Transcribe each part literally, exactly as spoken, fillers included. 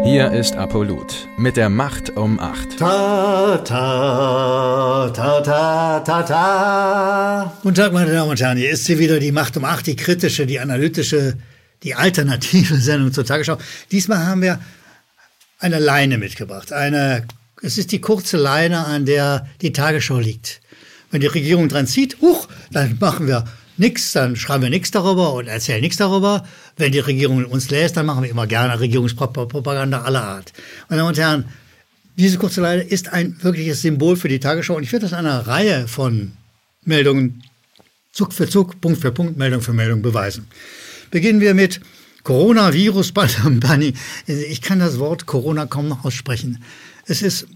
Hier ist Apollut mit der Macht um acht. Ta, ta, ta, ta, ta, ta. Guten Tag, meine Damen und Herren. Hier ist sie wieder, die Macht um acht, die kritische, die analytische, die alternative Sendung zur Tagesschau. Diesmal haben wir eine Leine mitgebracht. Eine, es ist die kurze Leine, an der die Tagesschau liegt. Wenn die Regierung dran zieht, huch, dann machen wir nichts, dann schreiben wir nichts darüber und erzählen nichts darüber. Wenn die Regierung uns lässt, dann machen wir immer gerne Regierungspropaganda aller Art. Meine Damen und Herren, diese kurze Leine ist ein wirkliches Symbol für die Tagesschau und ich werde das an einer Reihe von Meldungen Zug für Zug, Punkt für Punkt, Meldung für Meldung beweisen. Beginnen wir mit Coronavirus-Pandemie. Ich kann das Wort Corona kaum noch aussprechen. Es ist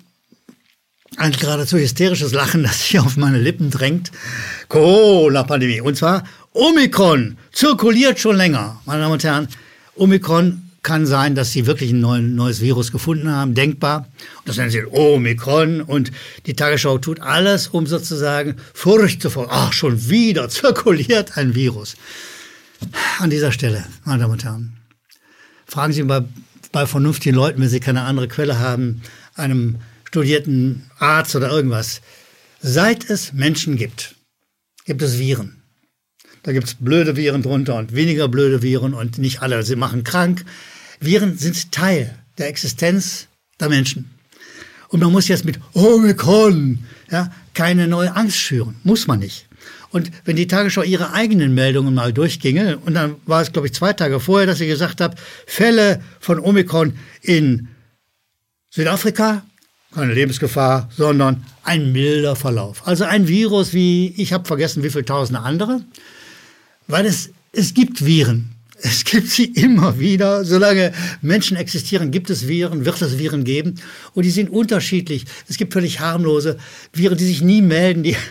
ein geradezu hysterisches Lachen, das sich auf meine Lippen drängt. Corona-Pandemie. Und zwar Omikron zirkuliert schon länger. Meine Damen und Herren, Omikron kann sein, dass sie wirklich ein neues Virus gefunden haben, denkbar. Und das nennen sie Omikron. Und die Tagesschau tut alles, um sozusagen Furcht zu folgen. Ach, schon wieder zirkuliert ein Virus. An dieser Stelle, meine Damen und Herren, fragen Sie bei, bei vernünftigen Leuten, wenn Sie keine andere Quelle haben, einem studierten Arzt oder irgendwas. Seit es Menschen gibt, gibt es Viren. Da gibt es blöde Viren drunter und weniger blöde Viren und nicht alle, sie machen krank. Viren sind Teil der Existenz der Menschen. Und man muss jetzt mit Omikron ja, keine neue Angst schüren. Muss man nicht. Und wenn die Tagesschau ihre eigenen Meldungen mal durchginge, und dann war es, glaube ich, zwei Tage vorher, dass sie gesagt hat, Fälle von Omikron in Südafrika, keine Lebensgefahr, sondern ein milder Verlauf. Also ein Virus wie, ich habe vergessen, wie viele tausende andere, weil es, es gibt Viren. Es gibt sie immer wieder. Solange Menschen existieren, gibt es Viren, wird es Viren geben. Und die sind unterschiedlich. Es gibt völlig harmlose Viren, die sich nie melden, die,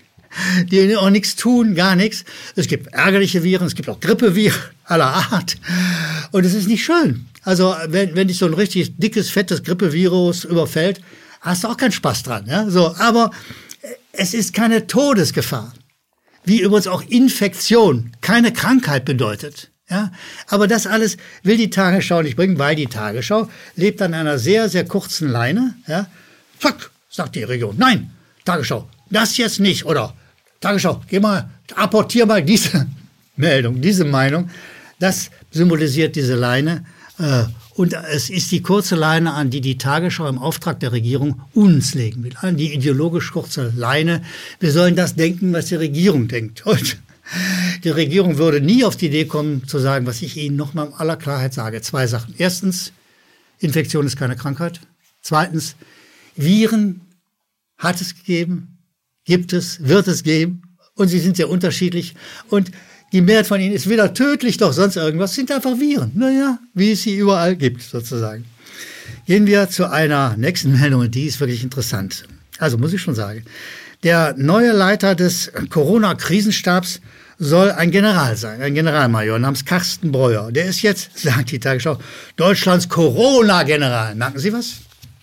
die auch nichts tun, gar nichts. Es gibt ärgerliche Viren, es gibt auch Grippeviren aller Art. Und es ist nicht schön. Also wenn, wenn dich so ein richtig dickes, fettes Grippevirus überfällt, hast du auch keinen Spaß dran. Ja? So, aber es ist keine Todesgefahr. Wie übrigens auch Infektion keine Krankheit bedeutet. Ja? Aber das alles will die Tagesschau nicht bringen, weil die Tagesschau lebt an einer sehr, sehr kurzen Leine. Ja? Zack, sagt die Regierung. Nein, Tagesschau, das jetzt nicht. Oder Tagesschau, geh mal, apportier mal diese Meldung, diese Meinung. Das symbolisiert diese Leine. Und es ist die kurze Leine, an die die Tagesschau im Auftrag der Regierung uns legen will. An die ideologisch kurze Leine. Wir sollen das denken, was die Regierung denkt. Und die Regierung würde nie auf die Idee kommen, zu sagen, was ich Ihnen nochmal in aller Klarheit sage. Zwei Sachen. Erstens, Infektion ist keine Krankheit. Zweitens, Viren hat es gegeben, gibt es, wird es geben. Und sie sind sehr unterschiedlich. Und die Mehrheit von ihnen ist weder tödlich noch sonst irgendwas, sind einfach Viren. Naja, wie es sie überall gibt, sozusagen. Gehen wir zu einer nächsten Meldung, die ist wirklich interessant. Also muss ich schon sagen, der neue Leiter des Corona-Krisenstabs soll ein General sein, ein Generalmajor namens Carsten Breuer. Der ist jetzt, sagt die Tagesschau, Deutschlands Corona-General. Merken Sie was?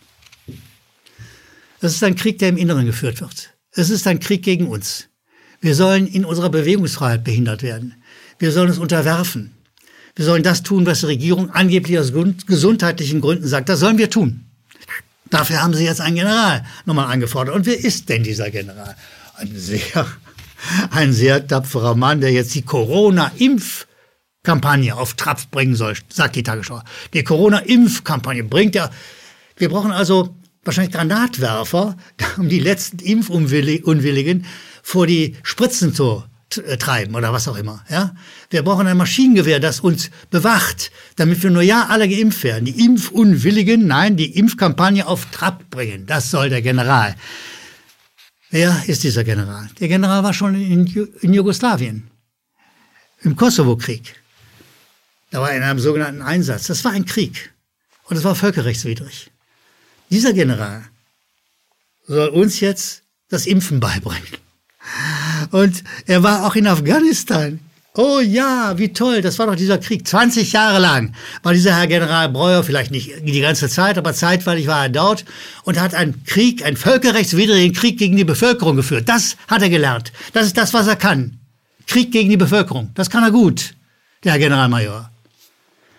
Das ist ein Krieg, der im Inneren geführt wird. Es ist ein Krieg gegen uns. Wir sollen in unserer Bewegungsfreiheit behindert werden. Wir sollen uns unterwerfen. Wir sollen das tun, was die Regierung angeblich aus gesundheitlichen Gründen sagt. Das sollen wir tun. Dafür haben sie jetzt einen General nochmal angefordert. Und wer ist denn dieser General? Ein sehr, ein sehr tapferer Mann, der jetzt die Corona-Impfkampagne auf Trab bringen soll, sagt die Tagesschau. Die Corona-Impfkampagne bringt er. Wir brauchen also wahrscheinlich Granatwerfer, um die letzten Impfunwilligen vor die Spritzen zu treiben oder was auch immer. Ja? Wir brauchen ein Maschinengewehr, das uns bewacht, damit wir nur ja alle geimpft werden. Die Impfunwilligen, nein, die Impfkampagne auf Trab bringen. Das soll der General. Wer ist dieser General? Der General war schon in, in Jugoslawien, im Kosovo-Krieg. Da war er in einem sogenannten Einsatz. Das war ein Krieg und es war völkerrechtswidrig. Dieser General soll uns jetzt das Impfen beibringen. Und er war auch in Afghanistan. Oh ja, wie toll, das war doch dieser Krieg. zwanzig Jahre lang war dieser Herr General Breuer, vielleicht nicht die ganze Zeit, aber zeitweilig war er dort und hat einen Krieg, einen völkerrechtswidrigen Krieg gegen die Bevölkerung geführt. Das hat er gelernt. Das ist das, was er kann. Krieg gegen die Bevölkerung. Das kann er gut, der Herr Generalmajor.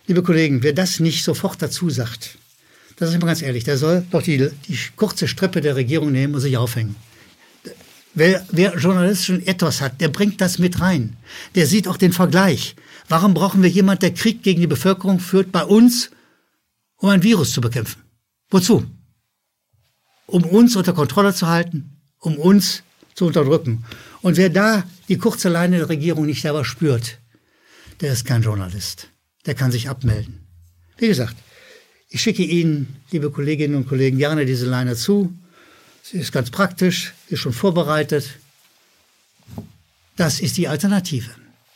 liebe Kollegen, wer das nicht sofort dazu sagt, das ist immer ganz ehrlich, der soll doch die, die kurze Strippe der Regierung nehmen und sich aufhängen. Wer, wer journalistisch schon etwas hat, der bringt das mit rein. Der sieht auch den Vergleich. Warum brauchen wir jemanden, der Krieg gegen die Bevölkerung führt bei uns, um ein Virus zu bekämpfen? Wozu? Um uns unter Kontrolle zu halten, um uns zu unterdrücken. Und wer da die kurze Leine der Regierung nicht selber spürt, der ist kein Journalist. Der kann sich abmelden. Wie gesagt, ich schicke Ihnen, liebe Kolleginnen und Kollegen, gerne diese Leine zu. Sie ist ganz praktisch, ist schon vorbereitet. Das ist die Alternative.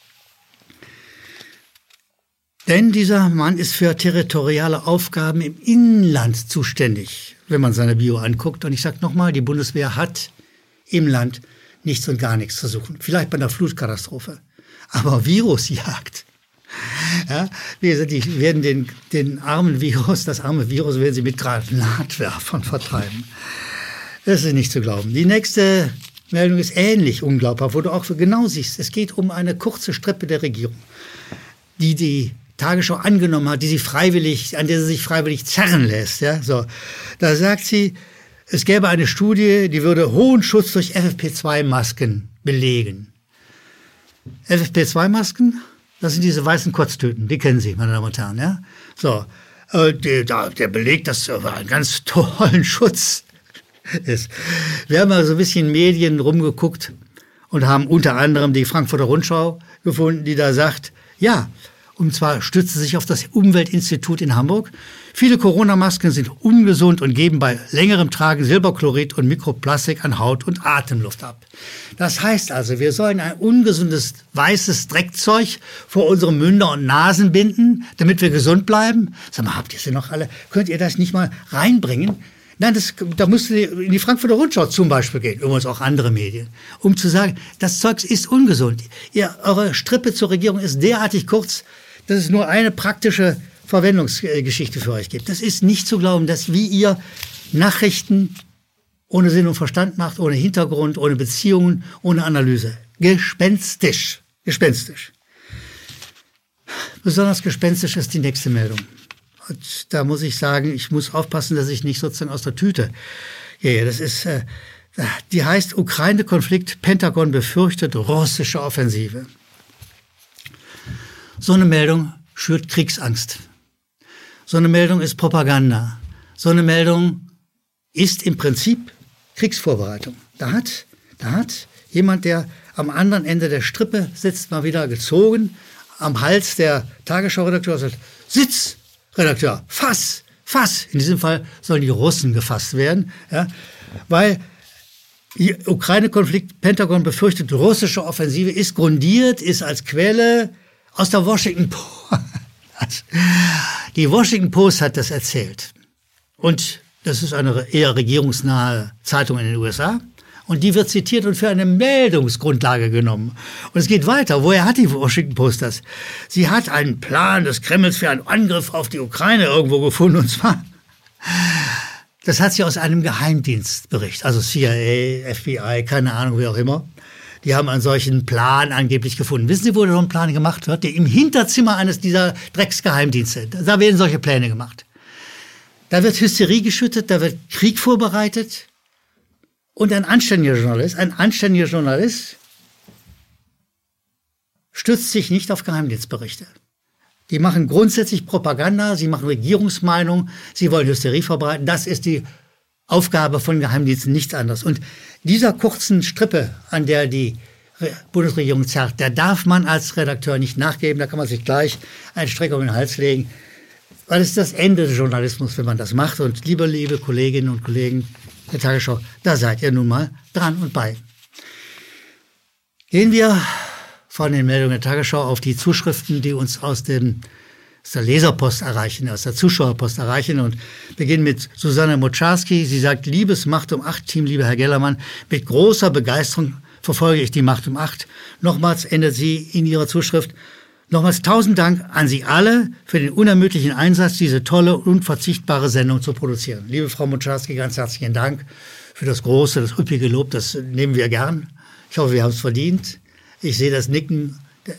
Denn dieser Mann ist für territoriale Aufgaben im Inland zuständig, wenn man seine Bio anguckt. Und ich sage nochmal, die Bundeswehr hat im Land nichts und gar nichts zu suchen. Vielleicht bei einer Flutkatastrophe. Aber Virusjagd. Ja, wie gesagt, die werden den, den armen Virus, das arme Virus werden sie mit Granatwerfern vertreiben. Das ist nicht zu glauben. Die nächste Meldung ist ähnlich unglaubhaft, wo du auch genau siehst, es geht um eine kurze Strippe der Regierung, die die Tagesschau angenommen hat, die sie freiwillig, an der sie sich freiwillig zerren lässt. Ja, so. Da sagt sie, es gäbe eine Studie, die würde hohen Schutz durch F F P zwei Masken belegen. F F P zwei Masken, das sind diese weißen Kotztüten, die kennen Sie, meine Damen und Herren. Ja? So, äh, der, der belegt, dass das einen ganz tollen Schutz ist. Wir haben also ein bisschen in Medien rumgeguckt und haben unter anderem die Frankfurter Rundschau gefunden, die da sagt, ja, und zwar stützt sie sich auf das Umweltinstitut in Hamburg. Viele Corona-Masken sind ungesund und geben bei längerem Tragen Silberchlorid und Mikroplastik an Haut und Atemluft ab. Das heißt also, wir sollen ein ungesundes weißes Dreckzeug vor unsere Münder und Nasen binden, damit wir gesund bleiben. Sag mal, habt ihr sie noch alle? Könnt ihr das nicht mal reinbringen? Nein, das, da müsst ihr in die Frankfurter Rundschau zum Beispiel gehen, übrigens auch andere Medien, um zu sagen, das Zeug ist ungesund. Ihr, eure Strippe zur Regierung ist derartig kurz, dass es nur eine praktische Verwendungsgeschichte für euch gibt. Das ist nicht zu glauben, dass wie ihr Nachrichten ohne Sinn und Verstand macht, ohne Hintergrund, ohne Beziehungen, ohne Analyse. Gespenstisch. Gespenstisch. Besonders gespenstisch ist die nächste Meldung. Und da muss ich sagen, ich muss aufpassen, dass ich nicht sozusagen aus der Tüte gehe. Das ist, äh, die heißt Ukraine-Konflikt, Pentagon befürchtet russische Offensive. So eine Meldung schürt Kriegsangst. So eine Meldung ist Propaganda. So eine Meldung ist im Prinzip Kriegsvorbereitung. Da hat, da hat jemand, der am anderen Ende der Strippe sitzt, mal wieder gezogen, am Hals der Tagesschau-Redakteur sagt, Sitz, Redakteur, fass, fass. In diesem Fall sollen die Russen gefasst werden, ja, weil Ukraine-Konflikt, Pentagon befürchtet russische Offensive, ist grundiert, ist als Quelle aus der Washington Post. Die Washington Post hat das erzählt. Und das ist eine eher regierungsnahe Zeitung in den U S A. Und die wird zitiert und für eine Meldungsgrundlage genommen. Und es geht weiter. Woher hat die Washington Post das? Sie hat einen Plan des Kremls für einen Angriff auf die Ukraine irgendwo gefunden. Und zwar, das hat sie aus einem Geheimdienstbericht. Also C I A, F B I, keine Ahnung, wie auch immer. Die haben einen solchen Plan angeblich gefunden. Wissen Sie, wo so ein Plan gemacht wird? Im Hinterzimmer eines dieser Drecksgeheimdienste. Da werden solche Pläne gemacht. Da wird Hysterie geschüttet, da wird Krieg vorbereitet. Und ein anständiger Journalist, ein anständiger Journalist stützt sich nicht auf Geheimdienstberichte. Die machen grundsätzlich Propaganda, sie machen Regierungsmeinung, sie wollen Hysterie verbreiten. Das ist die Aufgabe von Geheimdiensten, nichts anderes. Und dieser kurzen Strippe, an der die Bundesregierung zerrt, da darf man als Redakteur nicht nachgeben, da kann man sich gleich einen Strick um den Hals legen. Weil es ist das Ende des Journalismus, wenn man das macht. Und liebe, liebe Kolleginnen und Kollegen der Tagesschau, da seid ihr nun mal dran und bei. Gehen wir von den Meldungen der Tagesschau auf die Zuschriften, die uns aus, dem, aus der Leserpost erreichen, aus der Zuschauerpost erreichen, und beginnen mit Susanne Moczarski. Sie sagt, liebes Macht um acht Team, lieber Herr Gellermann, mit großer Begeisterung verfolge ich die Macht um acht. Nochmals endet sie in ihrer Zuschrift: Nochmals tausend Dank an Sie alle für den unermüdlichen Einsatz, diese tolle, unverzichtbare Sendung zu produzieren. Liebe Frau Moczarski, ganz herzlichen Dank für das große, das üppige Lob. Das nehmen wir gern. Ich hoffe, wir haben es verdient. Ich sehe das Nicken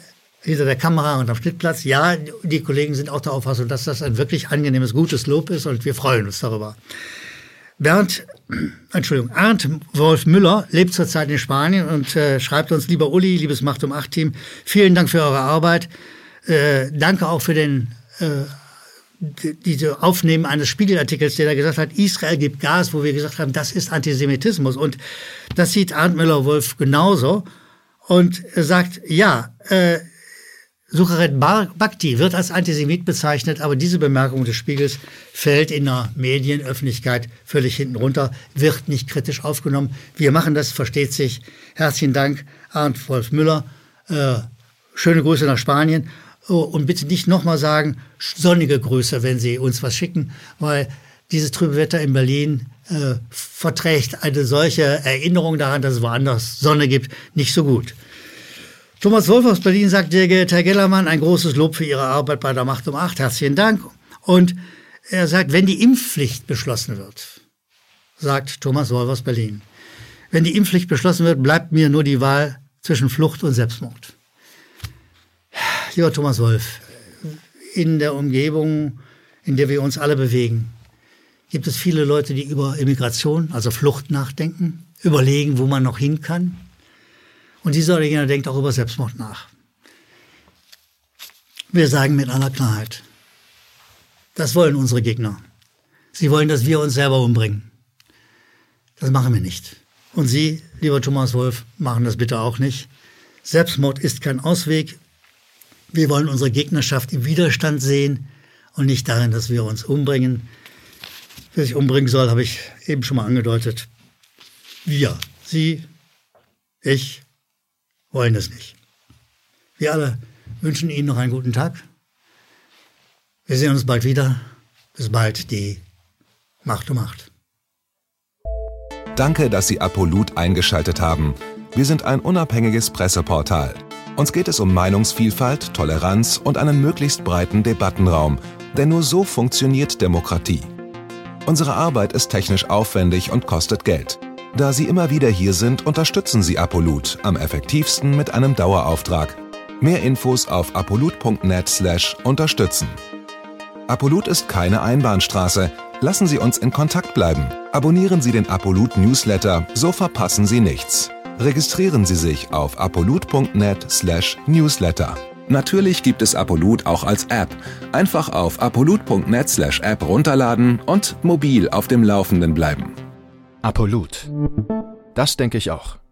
hinter der Kamera und am Schnittplatz. Ja, die Kollegen sind auch der Auffassung, dass das ein wirklich angenehmes, gutes Lob ist und wir freuen uns darüber. Bernd, Entschuldigung, Arndt Wolf Müller lebt zurzeit in Spanien und äh, schreibt uns: Lieber Uli, liebes Macht um acht Team, vielen Dank für eure Arbeit. Äh, danke auch für den äh, diese Aufnehmen eines Spiegelartikels, der da gesagt hat, Israel gibt Gas, wo wir gesagt haben, das ist Antisemitismus. Und das sieht Arndt Müller-Wolf genauso und sagt, ja, äh, Sucharet Bhakti wird als Antisemit bezeichnet, aber diese Bemerkung des Spiegels fällt in der Medienöffentlichkeit völlig hinten runter, wird nicht kritisch aufgenommen. Wir machen das, versteht sich. Herzlichen Dank, Arndt Wolf Müller. Äh, schöne Grüße nach Spanien. Oh, und bitte nicht nochmal sagen, sonnige Grüße, wenn Sie uns was schicken, weil dieses trübe Wetter in Berlin äh, verträgt eine solche Erinnerung daran, dass es woanders Sonne gibt, nicht so gut. Thomas Wolf aus Berlin sagt: Sehr geehrter Herr Gellermann, ein großes Lob für Ihre Arbeit bei der Macht um acht. Herzlichen Dank. Und er sagt, wenn die Impfpflicht beschlossen wird, sagt Thomas Wolf aus Berlin, wenn die Impfpflicht beschlossen wird, bleibt mir nur die Wahl zwischen Flucht und Selbstmord. Lieber Thomas Wolf, in der Umgebung, in der wir uns alle bewegen, gibt es viele Leute, die über Immigration, also Flucht, nachdenken, überlegen, wo man noch hin kann. Und dieser oder jener denkt auch über Selbstmord nach. Wir sagen mit aller Klarheit, das wollen unsere Gegner. Sie wollen, dass wir uns selber umbringen. Das machen wir nicht. Und Sie, lieber Thomas Wolf, machen das bitte auch nicht. Selbstmord ist kein Ausweg. Wir wollen unsere Gegnerschaft im Widerstand sehen und nicht darin, dass wir uns umbringen. Wer sich umbringen soll, habe ich eben schon mal angedeutet. Wir, Sie, ich, wollen es nicht. Wir alle wünschen Ihnen noch einen guten Tag. Wir sehen uns bald wieder. Bis bald, die Macht um acht. Danke, dass Sie Apolut eingeschaltet haben. Wir sind ein unabhängiges Presseportal. Uns geht es um Meinungsvielfalt, Toleranz und einen möglichst breiten Debattenraum, denn nur so funktioniert Demokratie. Unsere Arbeit ist technisch aufwendig und kostet Geld. Da Sie immer wieder hier sind, unterstützen Sie Apolut am effektivsten mit einem Dauerauftrag. Mehr Infos auf apolut punkt net slash unterstützen. Apolut ist keine Einbahnstraße. Lassen Sie uns in Kontakt bleiben. Abonnieren Sie den Apolut Newsletter, so verpassen Sie nichts. Registrieren Sie sich auf apolut punkt net slash newsletter. Natürlich gibt es Apolut auch als App. Einfach auf apolut punkt net slash app runterladen und mobil auf dem Laufenden bleiben. Apolut. Das denke ich auch.